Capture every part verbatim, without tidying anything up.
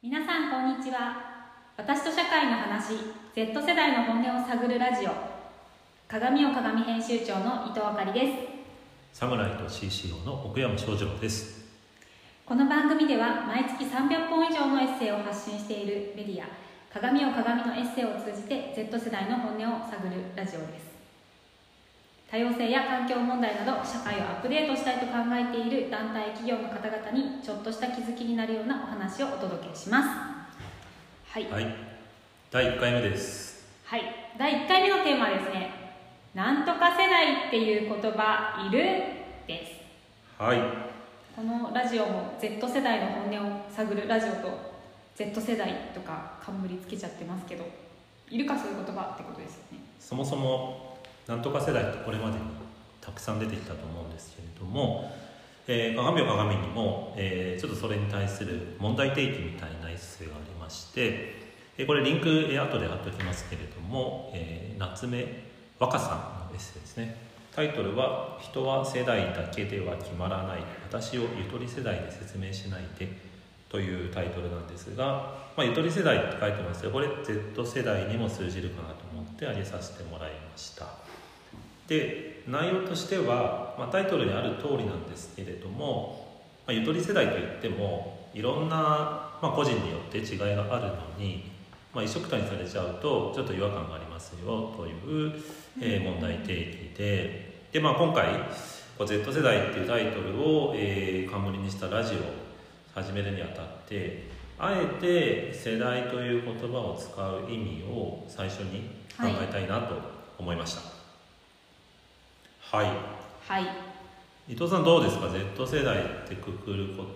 皆さんこんにちは。私と社会の話 Z 世代の本音を探るラジオ、鏡を鏡編集長の伊藤あかりです。 サムライト シーシーオー の奥山翔二郎です。 この番組では毎月さんびゃっぽん以上のエッセイを発信しているメディア鏡を鏡のエッセイを通じて Z 世代の本音を探るラジオです。多様性や環境問題など社会をアップデートしたいと考えている団体企業の方々にちょっとした気づきになるようなお話をお届けします。はい、 はい、だいいっかいめです。 はい、だいいっかいめのテーマはですね、なんとか世代っていう言葉いるです。 はい、 このラジオも Z 世代の本音を探るラジオと Z 世代とか冠つけちゃってますけど、いるかそういう言葉ってことですよね。 そもそもなんとか世代ってこれまでにたくさん出てきたと思うんですけれども、えー、鏡を鏡にも、えー、ちょっとそれに対する問題提起みたいなエッセイがありまして、えー、これリンク、えー、後で貼っておきますけれども、えー、夏目和歌さんのエッセイですね。タイトルは人は世代だけでは決まらない、私をゆとり世代で説明しないでというタイトルなんですが、まあ、ゆとり世代って書いてますけど、これ Z 世代にも通じるかなと思って挙げさせてもらいました。で、内容としては、まあ、タイトルにある通りなんですけれども、まあ、ゆとり世代といってもいろんな、まあ、個人によって違いがあるのに、まあ、一緒くたにされちゃうとちょっと違和感がありますよという、えー、問題提起で、で、まあ、今回 Z 世代っていうタイトルを、えー、冠にしたラジオを始めるにあたって、あえて世代という言葉を使う意味を最初に考えたいなと思いました。はい、 はい、 伊藤さんどうですか？ Z 世代ってくくること。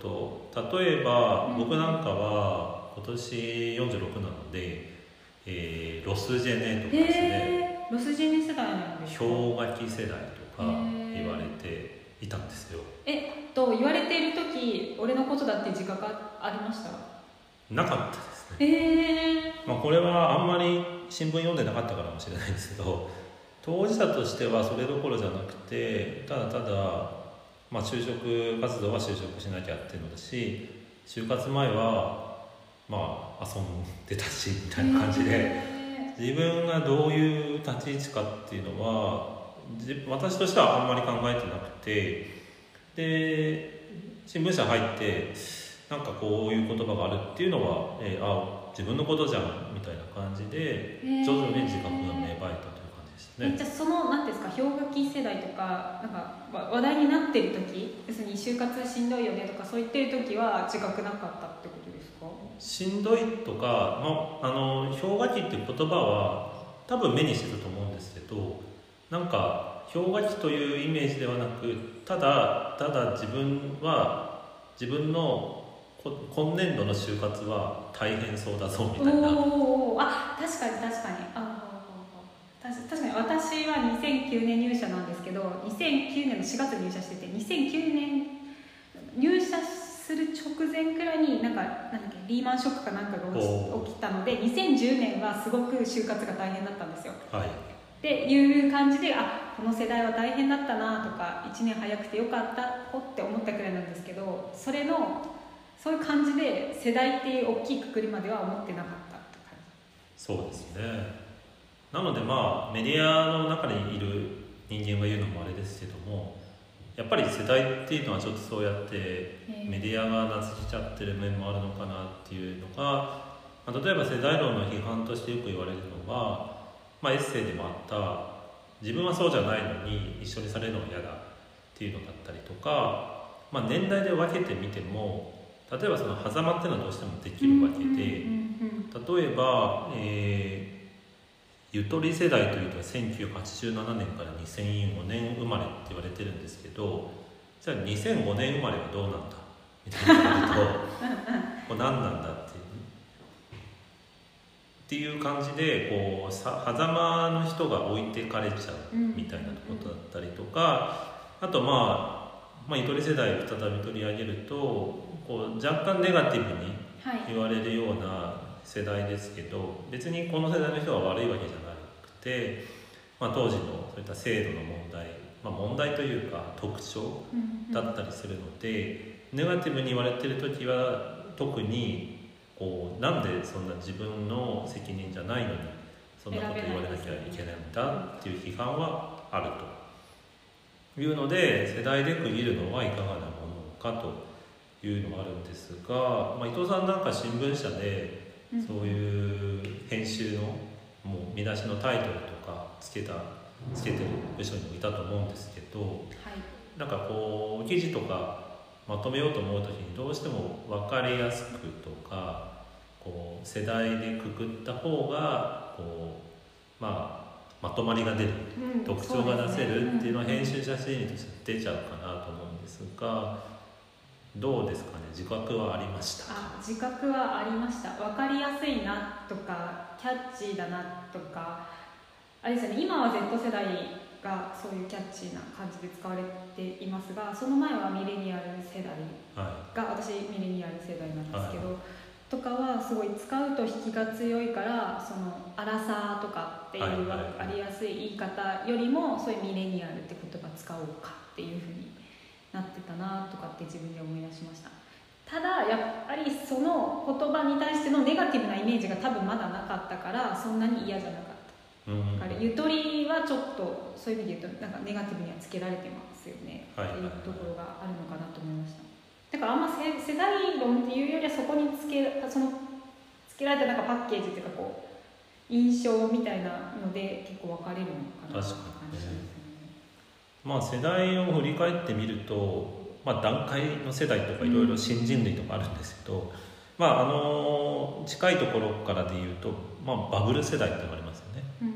例えば、うん、僕なんかは今年よんじゅうろくなので、えー、ロスジェネとかですね、 ロスジェネ世代なんですか？ 氷河期世代とか言われていたんですよ。 えっと言われている時、俺のことだって自覚がありました？ なかったですね。 えーまあ、これはあんまり新聞読んでなかったからかもしれないですけど、当事者としてはそれどころじゃなくて、ただただ、まあ、就職活動は就職しなきゃっていうのだし、就活前はまあ遊んでたしみたいな感じで、自分がどういう立ち位置かっていうのは私としてはあんまり考えてなくて、で新聞社入ってなんかこういう言葉があるっていうのは、えー、あ自分のことじゃんみたいな感じで徐々に自覚が芽生えたという感じですね。 じゃあその何ですか、氷河期世代とかなんか話題になってる時、要するに就活しんどいよねとかそう言ってる時は自覚なかったってことですか？ しんどいとか、まあ、あの氷河期っていう言葉は多分目にしてたと思うんですけど、なんか氷河期というイメージではなく、ただただ自分は自分の今年度の就活は大変そうだぞみたいな。 おー、あ、確かに確かに、あ確かに私はにせんきゅうねん入社なんですけど、にせんきゅうねんのしがつに入社してて、にせんきゅうねん入社する直前くらいになんかなんだっけリーマンショックかなんかが起きたので、にせんじゅうねんはすごく就活が大変だったんですよ。 はい、 っていう感じで、あ、この世代は大変だったなとか、いちねん早くてよかったって思ったくらいなんですけど、それのそういう感じで世代っていう大きいくくりまでは思ってなかったって感じ。 そうですね。なのでまあメディアの中にいる人間が言うのもあれですけども、やっぱり世代っていうのはちょっとそうやってメディアが名付けちゃってる面もあるのかなっていうのが、まあ、例えば世代論の批判としてよく言われるのは、まあ、エッセイでもあった自分はそうじゃないのに一緒にされるのが嫌だっていうのだったりとか、まあ、年代で分けてみても例えばその狭間っていうのはどうしてもできるわけで、例えば、えーゆとり世代というとせんきゅうひゃくはちじゅうななねんからにせんごねん生まれって言われてるんですけど、じゃあにせんごねん生まれはどうなんだみたいなこととこう何なんだっていうっていう感じでこうさ狭間の人が置いてかれちゃうみたいなことだったりとか、あとまあ、まあ、ゆとり世代を再び取り上げるとこう若干ネガティブに言われるような世代ですけど、別にこの世代の人は悪いわけじゃなくて、まあ、当時のそういった制度の問題、まあ、問題というか特徴だったりするので、ネガティブに言われてる時は特にこうなんでそんな自分の責任じゃないのにそんなこと言われなきゃいけないんだっていう批判はあるというので、世代で区切るのはいかがなものかというのがあるんですが、まあ、伊藤さんなんか新聞社でそういう編集のもう見出しのタイトルとかつけたつけてる部署にもいたと思うんですけど、 はい、 なんかこう記事とかまとめようと思うときにどうしても分かりやすくとかこう世代でくくった方がこう、まあ、まとまりが出る、うん、特徴が出せるっていうのは編集者心理として出ちゃうかなと思うんですが、どうですかね、自覚はありましたか？ あ、自覚はありました。分かりやすいなとかキャッチーだなとか、あれですよね、今は Z 世代がそういうキャッチーな感じで使われていますが、その前はミレニアル世代が、はい、私ミレニアル世代なんですけど、はい、とかはすごい使うと引きが強いから、そのアラサーとかっていう、はいはい、ありやすい言い方よりもそういうミレニアルって言葉使おうかっていうふうになってたなとかって自分で思い出しました。ただやっぱりその言葉に対してのネガティブなイメージが多分まだなかったから、そんなに嫌じゃなかった。うん、だからゆとりはちょっとそういう意味で言うとなんかネガティブにはつけられてますよね、はいはいはい、っていうところがあるのかなと思いました。だからあんま世代論っていうよりはそこにつけそのつけられたなんかパッケージっていうかこう印象みたいなので結構分かれるのかなって感じですね。 まあ世代を振り返ってみると、まあ、段階の世代とかいろいろ新人類とかあるんですけど、うん、まああの近いところからでいうと、まあ、バブル世代ってのがありますよね、うん、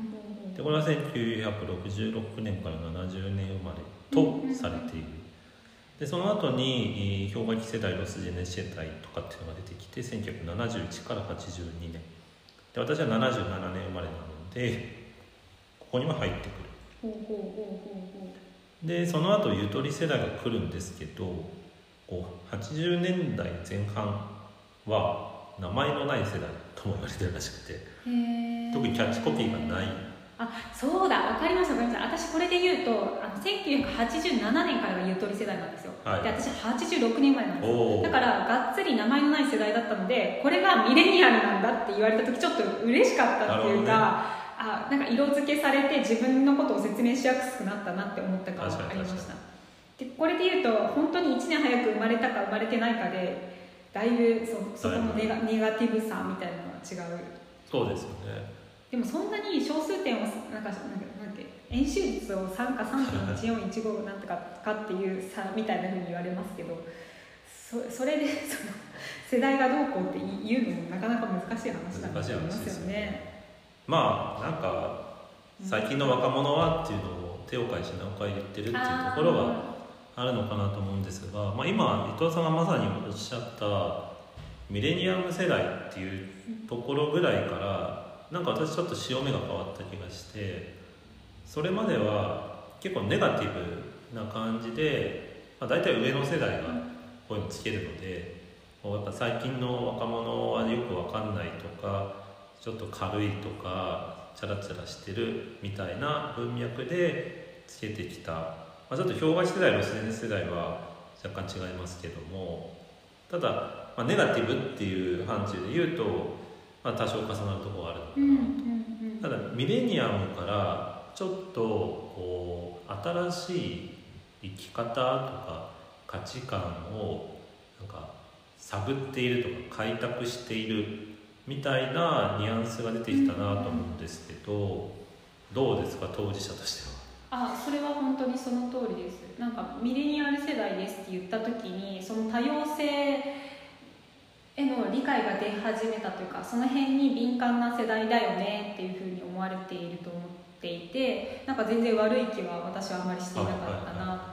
でこれはせんきゅうひゃくろくじゅうろくねんからななじゅうねん生まれとされている。でその後に氷河期世代、ロスジェネ世代とかっていうのが出てきてせんきゅうひゃくななじゅういちからはちじゅうにねんで、私はななじゅうななねん生まれなのでここには入ってくる。ほうほうほうほうほう。でその後ゆとり世代が来るんですけど、こうはちじゅうねんだいぜん半は名前のない世代とも言われてるらしくて、特にキャッチコピーがない。 あ、そうだ、分かりました、分かりました。私これで言うとあのせんきゅうひゃくはちじゅうななねんからがゆとり世代なんですよ、はい、で私はちじゅうろくねん生まれなんですよ。だからがっつり名前のない世代だったので、これがミレニアルなんだって言われた時ちょっと嬉しかったっていうか、あ、なんか色付けされて自分のことを説明しやすくなったなって思った感がありました。でこれで言うと本当にいちねん早く生まれたか生まれてないかでだいぶ そ, そこのネ ガ, ネガティブさみたいなのが違う。 そうですよね。 でもそんなに小数点をなんかなんかなんて円周率をさんか さんてんいちよんいちご なんとかかっていう差みたいな風に言われますけど、 そ, それでその世代がどうこうって言うのもなかなか難しい話だと思いますよね。 まあなんか最近の若者はっていうのを手を変え品を変え言ってるっていうところはあるのかなと思うんですが、まあ、今伊藤さんがまさにおっしゃったミレニアム世代っていうところぐらいからなんか私ちょっと潮目が変わった気がして、それまでは結構ネガティブな感じで、まあ、大体上の世代がこういうのつけるので、やっぱ最近の若者はよく分かんないとかちょっと軽いとかチャラチャラしてるみたいな文脈でつけてきた、まあ、ちょっと氷河期世代、ロスジェネ世代は若干違いますけども、ただ、まあ、ネガティブっていう範疇で言うと、まあ、多少重なるところがあるのかなと、うんうんうん、ただミレニアムからちょっとこう新しい生き方とか価値観をなんか探っているとか開拓しているみたいなニュアンスが出てきたなと思うんですけど、うんうん、どうですか当事者としては。 あ、それは本当にその通りです。なんかミレニアル世代ですって言った時にその多様性への理解が出始めたというか、その辺に敏感な世代だよねっていうふうに思われていると思っていて、なんか全然悪い気は私はあまりしていなかったな、はいはいはい、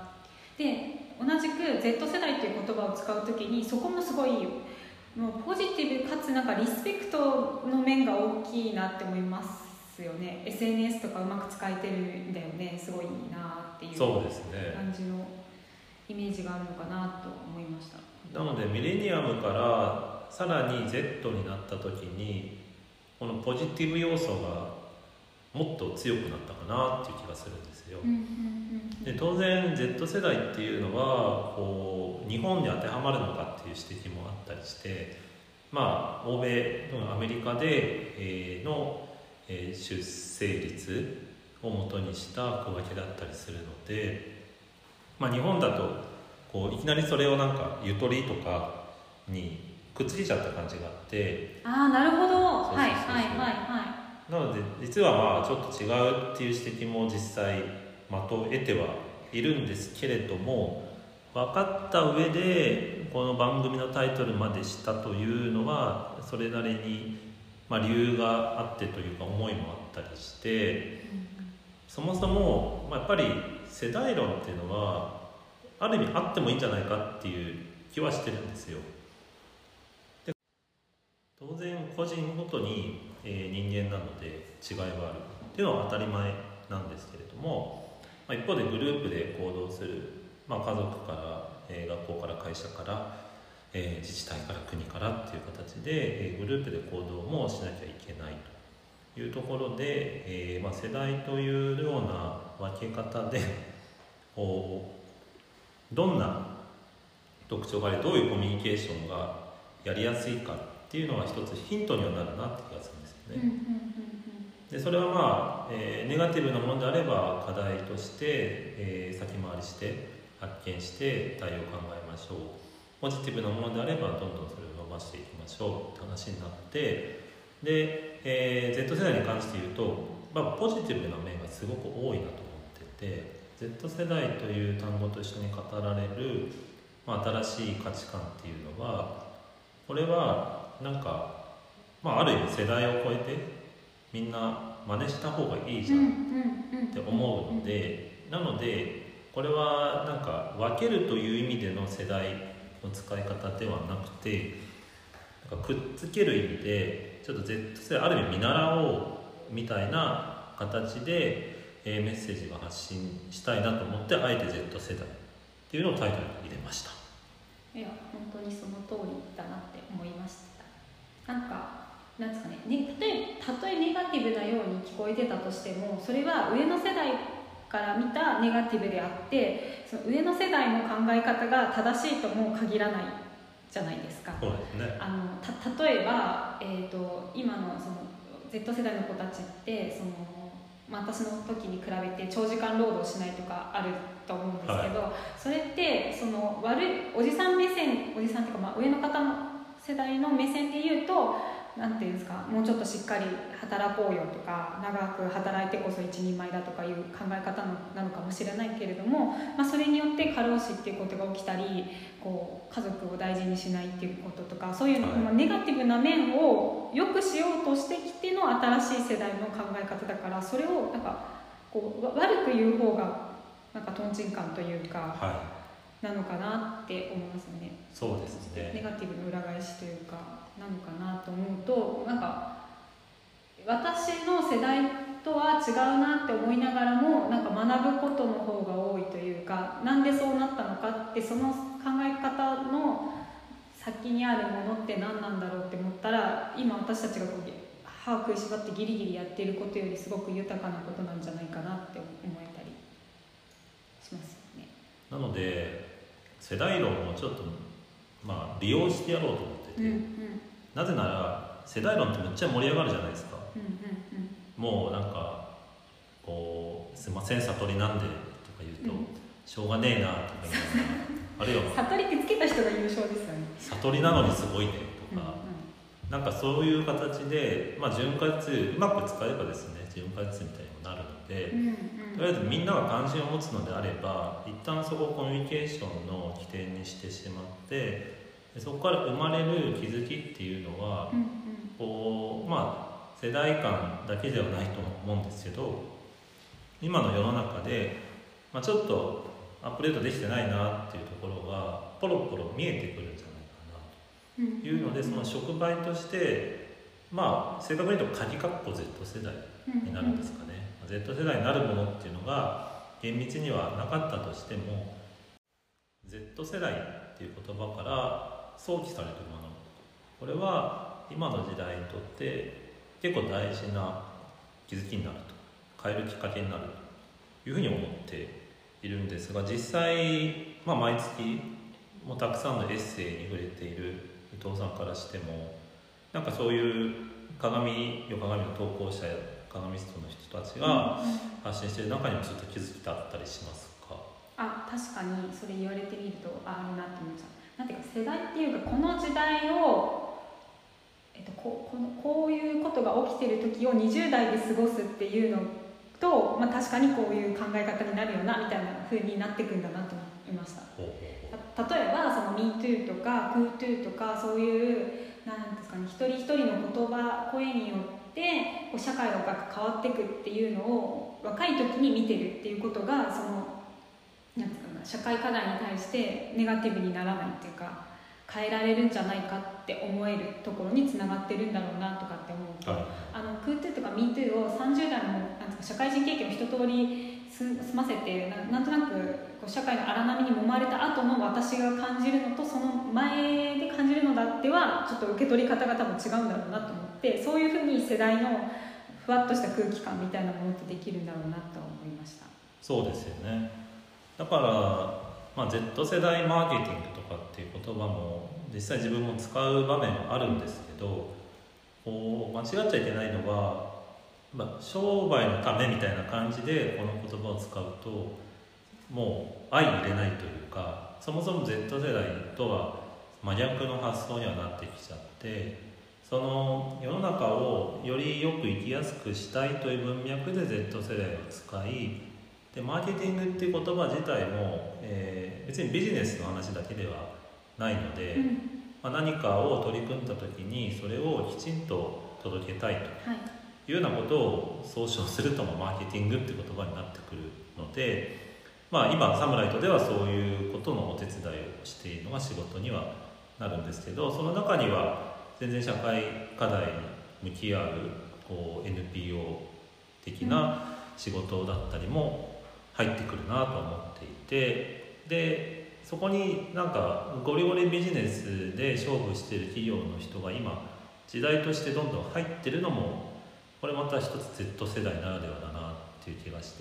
で同じく Z 世代という言葉を使う時にそこもすごいもうポジティブかつなんかリスペクトの面が大きいなって思いますよね。 エスエヌエス とかうまく使えてるんだよね、すごいなっていう感じのイメージがあるのかなと思いました。 なのでミレニアムからさらに Z になった時にこのポジティブ要素がもっと強くなったかなっていう気がするんですよ、うんうんうん、で当然 Z 世代っていうのはこう日本に当てはまるのかっていう指摘もあったりして、 まあ欧米アメリカで、えー、の、えー、出生率を元にした区分けだったりするので、まあ、日本だとこういきなりそれをなんかゆとりとかにくっつけちゃった感じがあって、 ああなるほど、 そうそうそうそう、 はいはいはいはい。 なので実はまあちょっと違うっていう指摘も実際的を得てはいるんですけれども、分かった上でこの番組のタイトルまでしたというのはそれなりにまあ理由があってというか思いもあったりして、そもそもやっぱり世代論っていうのはある意味あってもいいんじゃないかっていう気はしてるんですよ。で当然個人ごとに、えー、人間なので違いはあるっていうのは当たり前なんですけれども、まあ、一方でグループで行動する、まあ、家族から、えー、学校から会社から、えー、自治体から国からっていう形で、えー、グループで行動もしなきゃいけないというところで、えーまあ、世代というような分け方でこうどんな特徴がありどういうコミュニケーションがやりやすいかっていうのが一つヒントにはなるなって気がするんですよね。 うんうんうんうん、 でそれはまあ、えー、ネガティブなものであれば課題として、えー、先回りして発見して対応を考えましょう。ポジティブなものであればどんどんそれを伸ばしていきましょうって話になって、で、えー、Z 世代に関して言うと、まあ、ポジティブな面がすごく多いなと思ってて、 Z 世代という単語と一緒に語られる、まあ、新しい価値観っていうのは、これはなんか、まあ、ある意味世代を超えてみんな真似した方がいいじゃんって思うので、なのでこれはなんか分けるという意味での世代の使い方ではなくて、なんかくっつける意味でちょっと Z 世代ある意味見習おうみたいな形で、えー、メッセージが発信したいなと思って、あえて Z 世代っていうのをタイトルに入れました。 いや本当にその通りだなって思いました。なんかなんですかね、ね、例えたとえネガティブなように聞こえてたとしても、それは上の世代から見たネガティブであって、その上の世代の考え方が正しいとも限らないじゃないですか。 そうですね。 あのた例えば、えーと、今のその Z 世代の子たちってその、まあ、私の時に比べて長時間労働しないとかあると思うんですけど、はい、それってその悪いおじさん目線、おじさんっていうか、まあ、上の方の世代の目線で言うと、なんていうんですか、もうちょっとしっかり働こうよとか、長く働いてこそ一人前だとかいう考え方なのかもしれないけれども、まあ、それによって過労死っていうことが起きたり、こう家族を大事にしないっていうこととか、そういう、はい、まあ、ネガティブな面を良くしようとしてきての新しい世代の考え方だから、それをなんかこう悪く言う方がなんかとんちんかんというか、はい、なのかなって思いますよね。 そうですね。 ネガティブの裏返しというかなのかなと思うと、なんか私の世代とは違うなって思いながらも、なんか学ぶことの方が多いというか、なんでそうなったのかって、その考え方の先にあるものって何なんだろうって思ったら、今私たちがこう歯食いしばってギリギリやっていることよりすごく豊かなことなんじゃないかなって思えたりしますよね。 なので世代論をちょっと、まあ、利用してやろうと思ってて、うんうん、なぜなら世代論ってめっちゃ盛り上がるじゃないですか、うんうんうん、もうなんかこうすいません悟りなんでとか言うと、うん、しょうがねえなとか言いながらあるいは悟りってつけた人が優勝ですよね。 悟りなのにすごいねとか、うんうん、なんかそういう形で、まあ、潤滑うまく使えばですね、潤滑みたいにもなるので、うんうん、とりあえずみんなが関心を持つのであれば、一旦そこをコミュニケーションの起点にしてしまって、そこから生まれる気づきっていうのは、うんうん、こうまあ世代間だけではないと思うんですけど、今の世の中で、まあ、ちょっとアップデートできてないなっていうところがポロポロ見えてくるんじゃないかなというので、その触媒としてまあ正確に言うと鍵括弧 Z 世代になるんですかね、うんうん、Z 世代になるものっていうのが厳密にはなかったとしても、 Z 世代っていう言葉から想起されるもの、これは今の時代にとって結構大事な気づきになると、変えるきっかけになるというふうに思っているんですが、実際、まあ、毎月もたくさんのエッセイに触れている伊藤さんからしても、 なんかそういう鏡よ鏡の投稿者や鏡ストの人たちが発信している中にもちょっと気づきだったりしますか？ あ、確かにそれ言われてみるとあるなって思いました。なんていうか世代っていうかこの時代を、えっと、こう、このこういうことが起きてる時をにじゅう代で過ごすっていうのと、まあ、確かにこういう考え方になるよなみたいな風になっていくんだなと思いました。例えばその ミートゥー とか クートゥー とかそういうなんですかね、一人一人の言葉声によってこう社会が変わっていくっていうのを若い時に見てるっていうことがそのなんですかね、社会課題に対してネガティブにならないっていうか変えられるんじゃないかって思えるところにつながってるんだろうなとかって思うと、はい、あの クートゥー とか ミートゥー をさんじゅう代のなんですか社会人経験を一通り済ませて な, なんとなくこう社会の荒波に揉まれた後の私が感じるのとその前で感じるのだってはちょっと受け取り方が多分違うんだろうなと思って、そういうふうに世代のふわっとした空気感みたいなものってできるんだろうなと思いました。 そうですよね。だから、まあ、Z 世代マーケティングとかっていう言葉も実際自分も使う場面はあるんですけど、こう間違っちゃいけないのは、まあ、商売のためみたいな感じでこの言葉を使うともう相入れないというか、そもそも Z 世代とは真逆の発想にはなってきちゃって、その世の中をよりよく生きやすくしたいという文脈で Z 世代を使い、でマーケティングっていう言葉自体も、えー、別にビジネスの話だけではないので、うんまあ、何かを取り組んだ時にそれをきちんと届けたいというようなことを総称するとマーケティングっていう言葉になってくるので、まあ、今サムライトではそういうことのお手伝いをしているのが仕事にはなるんですけど、その中には全然社会課題に向き合う、こう エヌピーオー 的な仕事だったりも入ってくるなと思っていて、でそこになんかゴリゴリビジネスで勝負している企業の人が今時代としてどんどん入ってるのもこれまた一つ Z 世代ならではだなっていう気がして、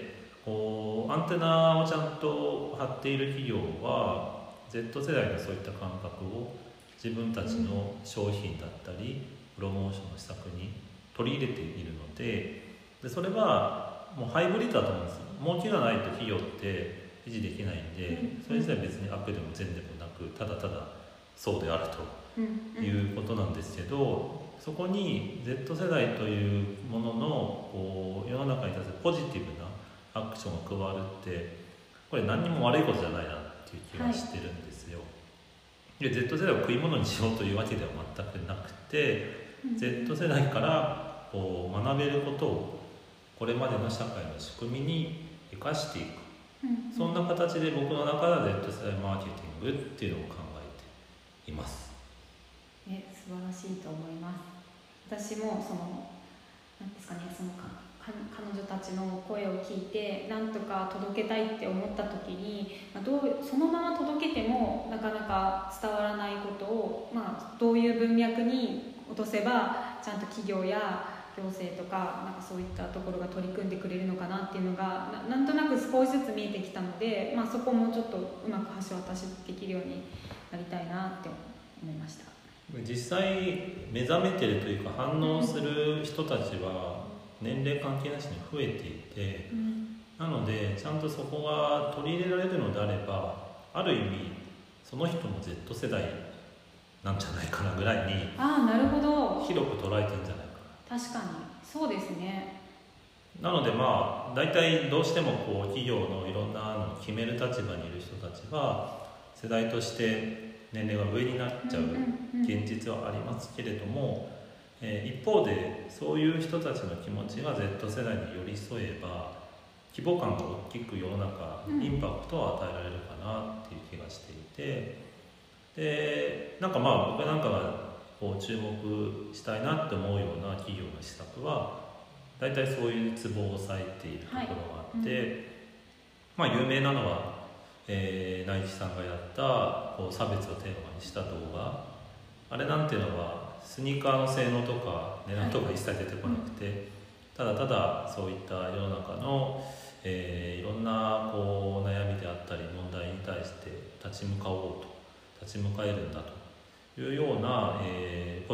こうアンテナをちゃんと張っている企業は Z 世代のそういった感覚を自分たちの商品だったりプロモーションの施策に取り入れているので、でそれはもうハイブリッドだと思うんですよ。儲けがないと企業って維持できないんで、それ自体別に悪でも善でもなくただただそうであるということなんですけど、そこに Z 世代というもののこう世の中に対するポジティブなアクションが加わるってこれ何にも悪いことじゃないなっていう気がしてるんですよ、はい、で Z 世代を食い物にしようというわけでは全くなくて、うん、Z 世代からこう学べることをこれまでの社会の仕組みに生かしていく、うん、そんな形で僕の中では Z 世代マーケティングっていうのを考えています。 ね、素晴らしいと思います。私もその何ですかね、そのか彼女たちの声を聞いて何とか届けたいって思った時に、まあ、どうそのまま届けてもなかなか伝わらないことを、まあ、どういう文脈に落とせばちゃんと企業や行政とか、なんかそういったところが取り組んでくれるのかなっていうのが な, なんとなく少しずつ見えてきたので、まあ、そこもちょっとうまく橋渡しできるようになりたいなって思いました。 実際目覚めてるというか反応する人たちは年齢関係なしに増えていて、うん、なのでちゃんとそこが取り入れられるのであればある意味その人も Z 世代なんじゃないかなぐらいにああ、なるほど、 広く捉えてるんじゃないかな。 確かにそうですね。 なのでまあ大体どうしてもこう企業のいろんなのを決める立場にいる人たちは世代として年齢が上になっちゃう現実はありますけれども、えー、一方でそういう人たちの気持ちが Z 世代に寄り添えば規模感が大きく世の中にインパクトを与えられるかなっていう気がしていて、でなんかまあ僕なんかがこう注目したいなって思うような企業の施策は大体そういうツボを押さえているところがあって、はいうん、まあ有名なのはえー、ナイキさんがやったこう差別をテーマにした動画、あれなんていうのはスニーカーの性能とか値段とか一切出てこなくて、はい、ただただそういった世の中の、えー、いろんなこう悩みであったり問題に対して立ち向かおうと立ち向かえるんだというような、えー、ポジティブな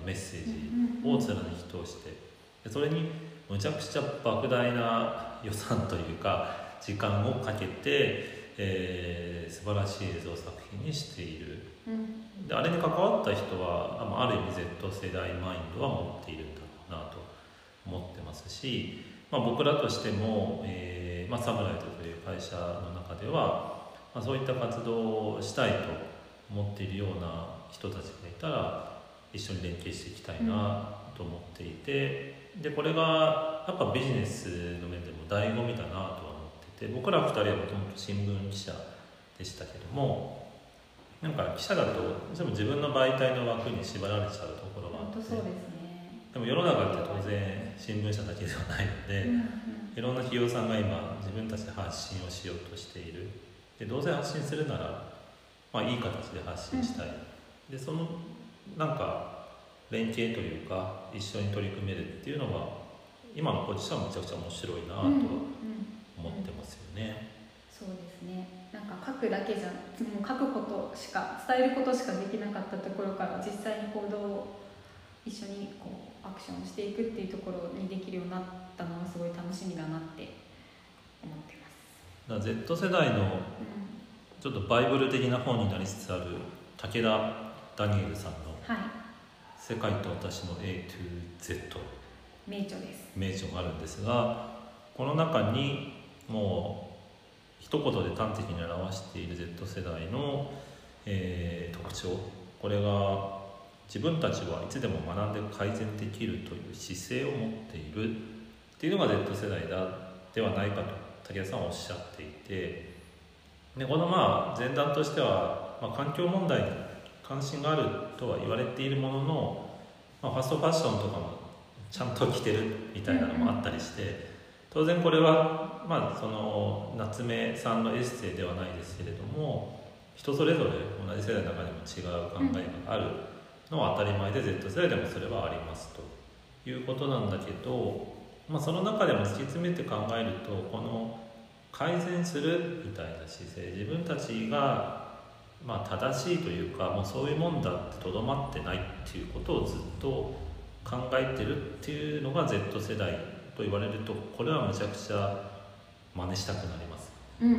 メッセージを貫き通して、でそれにむちゃくちゃ莫大な予算というか時間をかけて、えー、素晴らしい映像作品にしている、うん、であれに関わった人はある意味 Z 世代マインドは持っているんだろうなと思ってますし、まあ、僕らとしても、えーまあ、サムライトという会社の中では、まあ、そういった活動をしたいと思っているような人たちがいたら一緒に連携していきたいなと思っていて、でこれがやっぱビジネスの面でも醍醐味だなとは思ってて、僕らふたりはもともと新聞記者でしたけども、なんか記者だとでも自分の媒体の枠に縛られちゃうところがあって、 そうですね、 でも世の中って当然新聞社だけではないので、うんうん、いろんな企業さんが今自分たちで発信をしようとしている。でどうせ発信するなら、まあ、いい形で発信したい、うん、でそのなんか連携というか一緒に取り組めるっていうのは今のポジションはめちゃくちゃ面白いなとは思ってますよね、 うんうんうん、そうですね。なんか書くだけじゃもう書くことしか伝えることしかできなかったところから実際に行動を一緒にこうアクションしていくっていうところにできるようになったのはすごい楽しみだなって思ってます。 だ Z 世代のちょっとバイブル的な本になりつつある武田ダニエルさんの世界と私の A to Z 名著です名著があるんですが、この中にもう一言で端的に表している Z 世代の、えー、特徴、これが自分たちはいつでも学んで改善できるという姿勢を持っているっていうのが Z 世代だではないかと武田さんはおっしゃっていて、でこのまあ前段としては、まあ、環境問題に関心があるとは言われているものの、まあ、ファストファッションとかもちゃんと着てるみたいなのもあったりして、当然これは、まあ、その夏目さんのエッセイではないですけれども、人それぞれ同じ世代の中にも違う考えがあるのは当たり前で Z 世代でもそれはありますということなんだけど、まあ、その中でも突き詰めて考えると、この改善するみたいな姿勢、自分たちがまあ正しいというか、もうそういうもんだってとどまってないっていうことをずっと考えてるっていうのが Z 世代と言われると、これはむちゃくちゃ真似したくなります、 うんうん、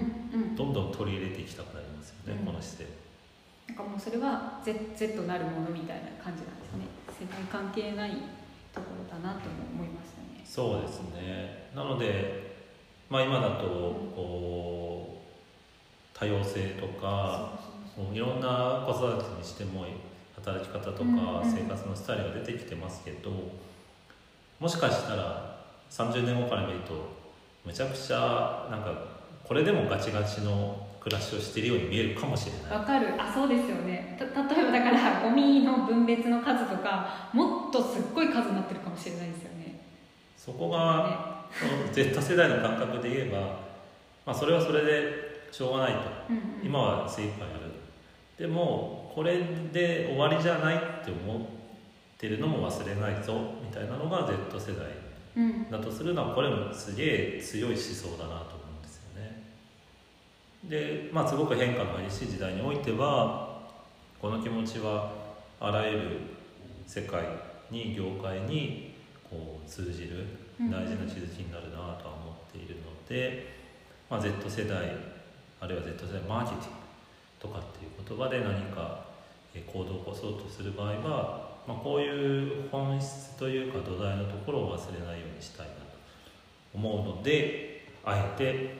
どんどん取り入れていきたくなりますよね、うん、この姿勢。 なんかもうそれは Z, Z なるものみたいな感じなんですね。世代関係ないところだなと思いましたね。 そうですね。なので、まあ、今だとこう多様性とか、そうそうそう、いろんな子育てにしても働き方とか生活のスタイルが出てきてますけど、うんうん、もしかしたらさんじゅうねんごから見るとめちゃくちゃなんかこれでもガチガチの暮らしをしているように見えるかもしれない。 わかる。あ、そうですよね。た例えばだからゴミの分別の数とかもっとすっごい数になってるかもしれないですよね。 そこが、ね、Z 世代の感覚で言えば、まあ、それはそれでしょうがないと、うんうん、今は精一杯やる。でもこれで終わりじゃないって思ってるのも忘れないぞみたいなのが Z 世代だとするのは、これもすげえ強い思想だなと思うんですよね。で、まあ、すごく変化の激しい時代においてはこの気持ちはあらゆる世界に業界にこう通じる大事な気づきになるなとは思っているので、まあ、Z 世代あるいは Z 世代マーケティングとかっていう言葉で何か行動を起こそうとする場合は、まあ、こういう本質というか土台のところを忘れないようにしたいなと思うので、あえて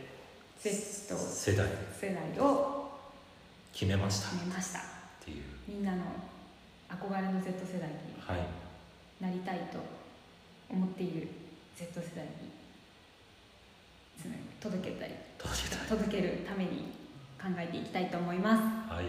Z 世代世代を決めました決めましたっていう、 みんなの憧れの Z 世代になりたいと思っている Z 世代に届けたり届けたい届けるために考えていきたいと思います。 はい、はい、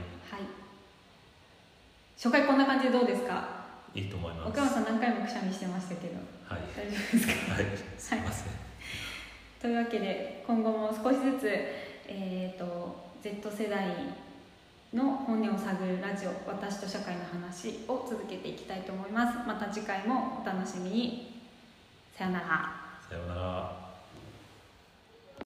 紹介こんな感じでどうですか？ いいと思います。 岡山さん何回もくしゃみしてましたけど、 はい、 大丈夫ですか？ はい、すいません、はい、 というわけで今後も少しずつ、えーと、Z 世代の本音を探るラジオ、私と社会の話を続けていきたいと思います。また次回もお楽しみに。さようなら。 さようなら。